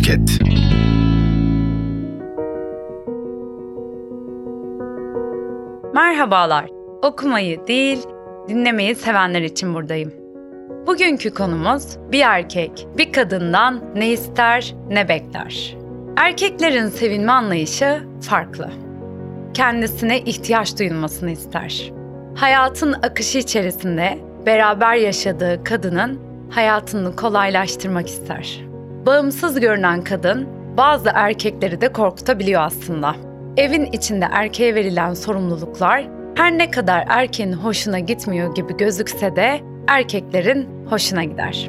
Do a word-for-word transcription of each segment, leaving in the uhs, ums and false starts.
Podcast. Merhabalar. Okumayı değil, dinlemeyi sevenler için buradayım. Bugünkü konumuz bir erkek bir kadından ne ister, ne bekler. Erkeklerin sevilme anlayışı farklı. Kendisine ihtiyaç duyulmasını ister. Hayatın akışı içerisinde beraber yaşadığı kadının hayatını kolaylaştırmak ister. Bağımsız görünen kadın bazı erkekleri de korkutabiliyor aslında. Evin içinde erkeğe verilen sorumluluklar her ne kadar erkeğin hoşuna gitmiyor gibi gözükse de erkeklerin hoşuna gider.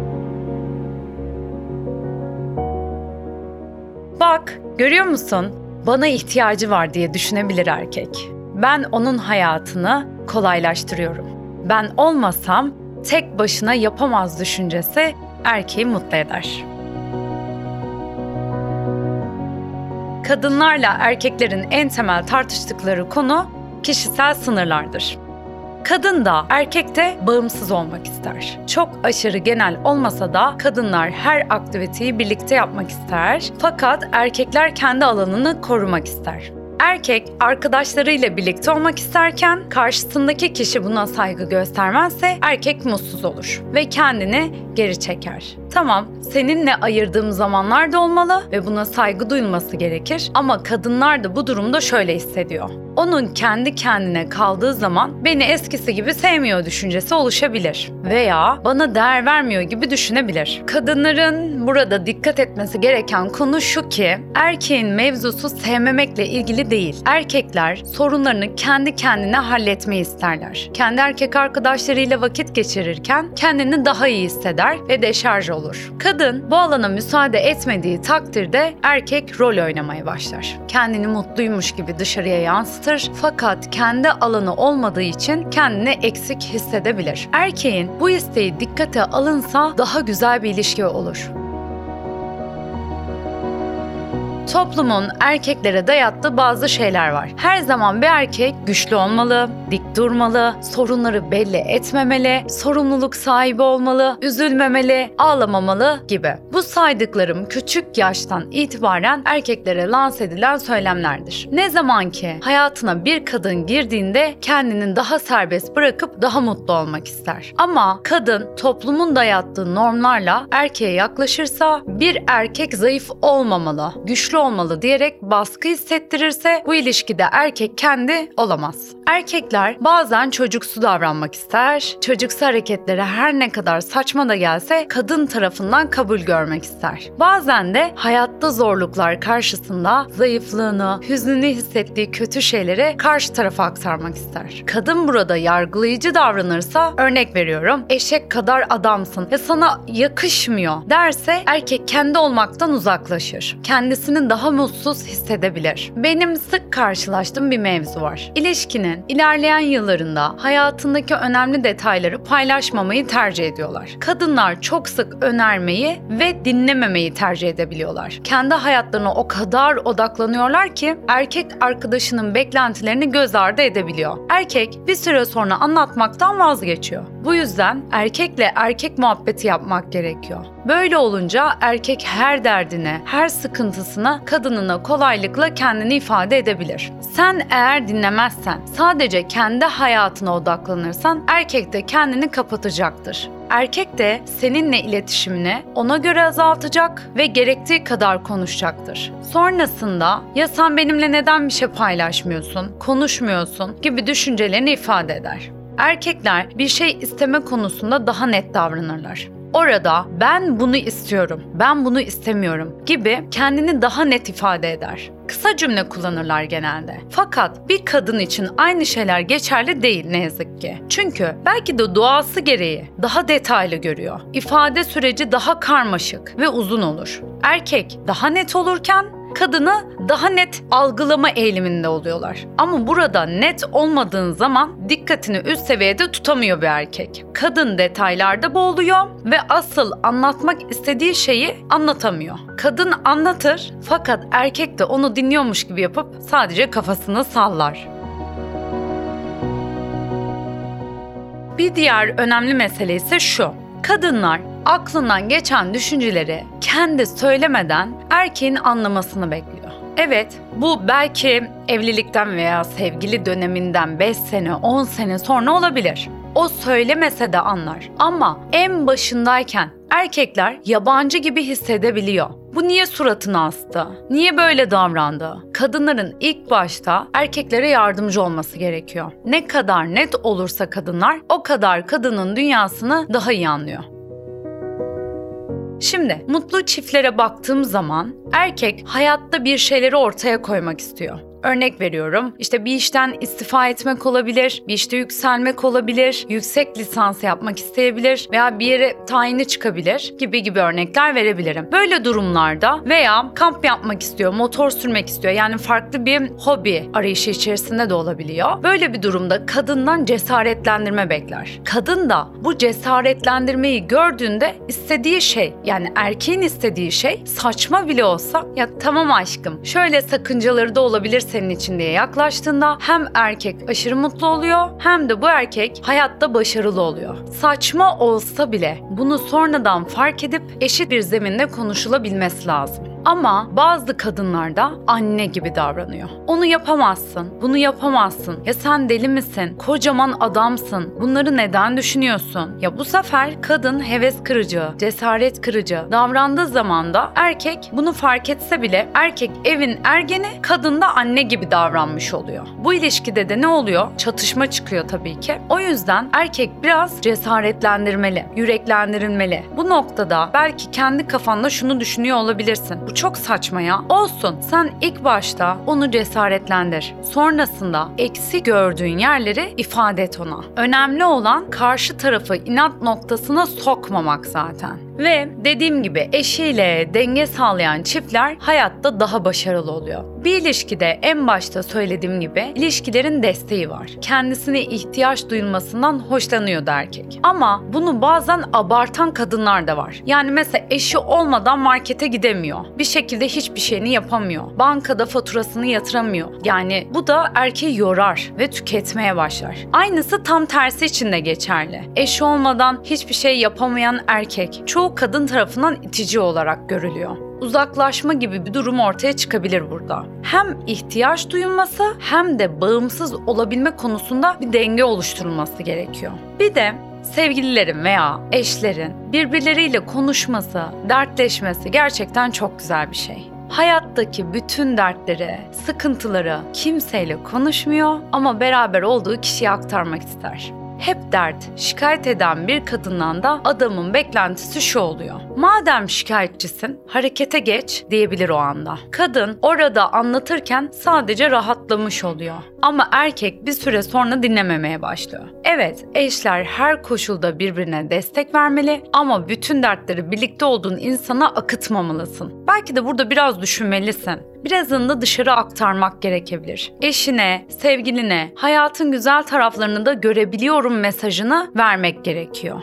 Bak, görüyor musun? Bana ihtiyacı var diye düşünebilir erkek. Ben onun hayatını kolaylaştırıyorum. Ben olmasam tek başına yapamaz düşüncesi erkeği mutlu eder. Kadınlarla erkeklerin en temel tartıştıkları konu kişisel sınırlardır. Kadın da erkek de bağımsız olmak ister. Çok aşırı genel olmasa da kadınlar her aktiviteyi birlikte yapmak ister. Fakat erkekler kendi alanını korumak ister. Erkek arkadaşlarıyla birlikte olmak isterken karşısındaki kişi buna saygı göstermezse erkek mutsuz olur ve kendini geri çeker. Tamam, seninle ayırdığım zamanlar da olmalı ve buna saygı duyulması gerekir ama kadınlar da bu durumda şöyle hissediyor. Onun kendi kendine kaldığı zaman beni eskisi gibi sevmiyor düşüncesi oluşabilir veya bana değer vermiyor gibi düşünebilir. Kadınların burada dikkat etmesi gereken konu şu ki erkeğin mevzusu sevmemekle ilgili değil. Erkekler sorunlarını kendi kendine halletmeyi isterler. Kendi erkek arkadaşlarıyla vakit geçirirken kendini daha iyi hisseder ve deşarj olur. Kadın bu alana müsaade etmediği takdirde erkek rol oynamaya başlar. Kendini mutluymuş gibi dışarıya yansıtır fakat kendi alanı olmadığı için kendini eksik hissedebilir. Erkeğin bu isteği dikkate alınsa daha güzel bir ilişki olur. Toplumun erkeklere dayattığı bazı şeyler var. Her zaman bir erkek güçlü olmalı, dik durmalı, sorunları belli etmemeli, sorumluluk sahibi olmalı, üzülmemeli, ağlamamalı gibi. Bu saydıklarım küçük yaştan itibaren erkeklere lanse edilen söylemlerdir. Ne zaman ki hayatına bir kadın girdiğinde kendini daha serbest bırakıp daha mutlu olmak ister. Ama kadın toplumun dayattığı normlarla erkeğe yaklaşırsa bir erkek zayıf olmamalı, güçlü olmalı diyerek baskı hissettirirse bu ilişkide erkek kendi olamaz. Erkekler bazen çocuksu davranmak ister, çocuksu hareketlere her ne kadar saçma da gelse kadın tarafından kabul görmek ister. Bazen de hayatta zorluklar karşısında zayıflığını, hüznünü hissettiği kötü şeyleri karşı tarafa aktarmak ister. Kadın burada yargılayıcı davranırsa, örnek veriyorum, eşek kadar adamsın ve sana yakışmıyor derse erkek kendi olmaktan uzaklaşır. Kendisinin daha mutsuz hissedebilir. Benim sık karşılaştığım bir mevzu var. İlişkinin ilerleyen yıllarında hayatındaki önemli detayları paylaşmamayı tercih ediyorlar. Kadınlar çok sık önermeyi ve dinlememeyi tercih edebiliyorlar. Kendi hayatlarına o kadar odaklanıyorlar ki erkek arkadaşının beklentilerini göz ardı edebiliyor. Erkek bir süre sonra anlatmaktan vazgeçiyor. Bu yüzden erkekle erkek muhabbeti yapmak gerekiyor. Böyle olunca erkek her derdine, her sıkıntısına kadınına kolaylıkla kendini ifade edebilir. Sen eğer dinlemezsen, sadece kendi hayatına odaklanırsan erkek de kendini kapatacaktır. Erkek de seninle iletişimini ona göre azaltacak ve gerektiği kadar konuşacaktır. Sonrasında ya sen benimle neden bir şey paylaşmıyorsun, konuşmuyorsun gibi düşüncelerini ifade eder. Erkekler bir şey isteme konusunda daha net davranırlar. Orada ben bunu istiyorum, ben bunu istemiyorum gibi kendini daha net ifade eder. Kısa cümle kullanırlar genelde. Fakat bir kadın için aynı şeyler geçerli değil ne yazık ki. Çünkü belki de doğası gereği daha detaylı görüyor. İfade süreci daha karmaşık ve uzun olur. Erkek daha net olurken kadını daha net algılama eğiliminde oluyorlar. Ama burada net olmadığın zaman dikkatini üst seviyede tutamıyor bir erkek. Kadın detaylarda boğuluyor ve asıl anlatmak istediği şeyi anlatamıyor. Kadın anlatır fakat erkek de onu dinliyormuş gibi yapıp sadece kafasını sallar. Bir diğer önemli mesele ise şu. Kadınlar Aklından geçen düşünceleri kendi söylemeden erkeğin anlamasını bekliyor. Evet, bu belki evlilikten veya sevgili döneminden beş sene, on sene sonra olabilir. O söylemese de anlar. Ama en başındayken erkekler yabancı gibi hissedebiliyor. Bu niye suratını astı? Niye böyle davrandı? Kadınların ilk başta erkeklere yardımcı olması gerekiyor. Ne kadar net olursa kadınlar, o kadar kadının dünyasını daha iyi anlıyor. Şimdi mutlu çiftlere baktığım zaman erkek hayatta bir şeyleri ortaya koymak istiyor. Örnek veriyorum, işte bir işten istifa etmek olabilir, bir işte yükselmek olabilir, yüksek lisans yapmak isteyebilir veya bir yere tayini çıkabilir gibi gibi örnekler verebilirim. Böyle durumlarda veya kamp yapmak istiyor, motor sürmek istiyor, yani farklı bir hobi arayışı içerisinde de olabiliyor. Böyle bir durumda kadından cesaretlendirme bekler. Kadın da bu cesaretlendirmeyi gördüğünde istediği şey, yani erkeğin istediği şey saçma bile olsa, ya tamam aşkım şöyle sakıncaları da olabilir senin için diye yaklaştığında hem erkek aşırı mutlu oluyor hem de bu erkek hayatta başarılı oluyor. Saçma olsa bile bunu sonradan fark edip eşit bir zeminde konuşulabilmesi lazım. Ama bazı kadınlar da anne gibi davranıyor. Onu yapamazsın, bunu yapamazsın. Ya sen deli misin? Kocaman adamsın. Bunları neden düşünüyorsun? Ya bu sefer kadın heves kırıcı, cesaret kırıcı davrandığı zaman da erkek bunu fark etse bile erkek evin ergeni, kadın da anne gibi davranmış oluyor. Bu ilişkide de ne oluyor? Çatışma çıkıyor tabii ki. O yüzden erkek biraz cesaretlendirmeli, yüreklendirilmeli. Bu noktada belki kendi kafanda şunu düşünüyor olabilirsin. Bu çok saçma ya. Olsun. Sen ilk başta onu cesaretlendir. Sonrasında eksi gördüğün yerleri ifade et ona. Önemli olan karşı tarafı inat noktasına sokmamak zaten. Ve dediğim gibi eşiyle denge sağlayan çiftler hayatta daha başarılı oluyor. Bir ilişkide en başta söylediğim gibi ilişkilerin desteği var. Kendisine ihtiyaç duyulmasından hoşlanıyordu erkek. Ama bunu bazen abartan kadınlar da var. Yani mesela eşi olmadan markete gidemiyor. Bir şekilde hiçbir şeyini yapamıyor. Bankada faturasını yatıramıyor. Yani bu da erkeği yorar ve tüketmeye başlar. Aynısı tam tersi için de geçerli. Eşi olmadan hiçbir şey yapamayan erkek çoğu kadın tarafından itici olarak görülüyor. Uzaklaşma gibi bir durum ortaya çıkabilir burada. Hem ihtiyaç duyulması hem de bağımsız olabilme konusunda bir denge oluşturulması gerekiyor. Bir de sevgililerin veya eşlerin birbirleriyle konuşması, dertleşmesi gerçekten çok güzel bir şey. Hayattaki bütün dertleri, sıkıntıları kimseyle konuşmuyor ama beraber olduğu kişiye aktarmak ister. Hep dert, şikayet eden bir kadından da adamın beklentisi şu oluyor. Madem şikayetçisin, harekete geç diyebilir o anda. Kadın orada anlatırken sadece rahatlamış oluyor. Ama erkek bir süre sonra dinlememeye başlıyor. Evet, eşler her koşulda birbirine destek vermeli ama bütün dertleri birlikte olduğun insana akıtmamalısın. Belki de burada biraz düşünmelisin. Birazını da dışarı aktarmak gerekebilir. Eşine, sevgiline, hayatın güzel taraflarını da görebiliyorum mesajını vermek gerekiyor.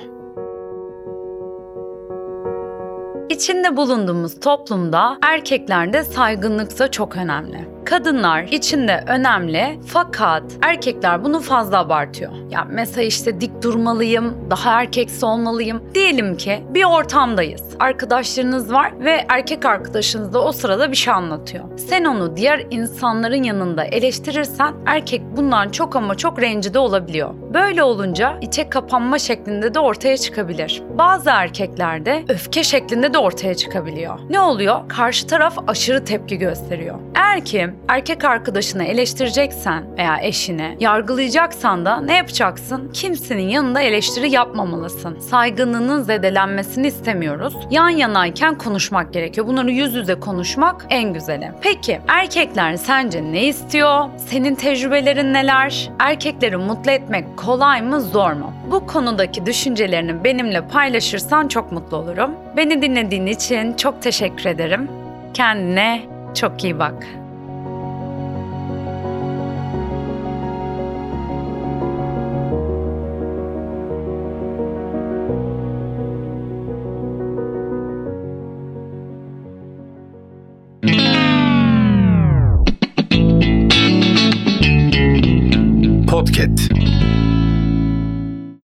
İçinde bulunduğumuz toplumda erkeklerde saygınlık da çok önemli. Kadınlar içinde önemli fakat erkekler bunu fazla abartıyor. Ya mesela işte dik durmalıyım, daha erkeksi olmalıyım. Diyelim ki bir ortamdayız. Arkadaşlarınız var ve erkek arkadaşınız da o sırada bir şey anlatıyor. Sen onu diğer insanların yanında eleştirirsen erkek bundan çok ama çok rencide olabiliyor. Böyle olunca içe kapanma şeklinde de ortaya çıkabilir. Bazı erkeklerde öfke şeklinde de ortaya çıkabiliyor. Ne oluyor? Karşı taraf aşırı tepki gösteriyor. Eğer ki erkek arkadaşını eleştireceksen veya eşini yargılayacaksan da ne yapacaksın? Kimsenin yanında eleştiri yapmamalısın. Saygınlığının zedelenmesini istemiyoruz. Yan yanayken konuşmak gerekiyor. Bunları yüz yüze konuşmak en güzeli. Peki erkekler sence ne istiyor? Senin tecrübelerin neler? Erkekleri mutlu etmek kolay mı, zor mu? Bu konudaki düşüncelerini benimle paylaşırsan çok mutlu olurum. Beni dinlediğin için çok teşekkür ederim. Kendine çok iyi bak.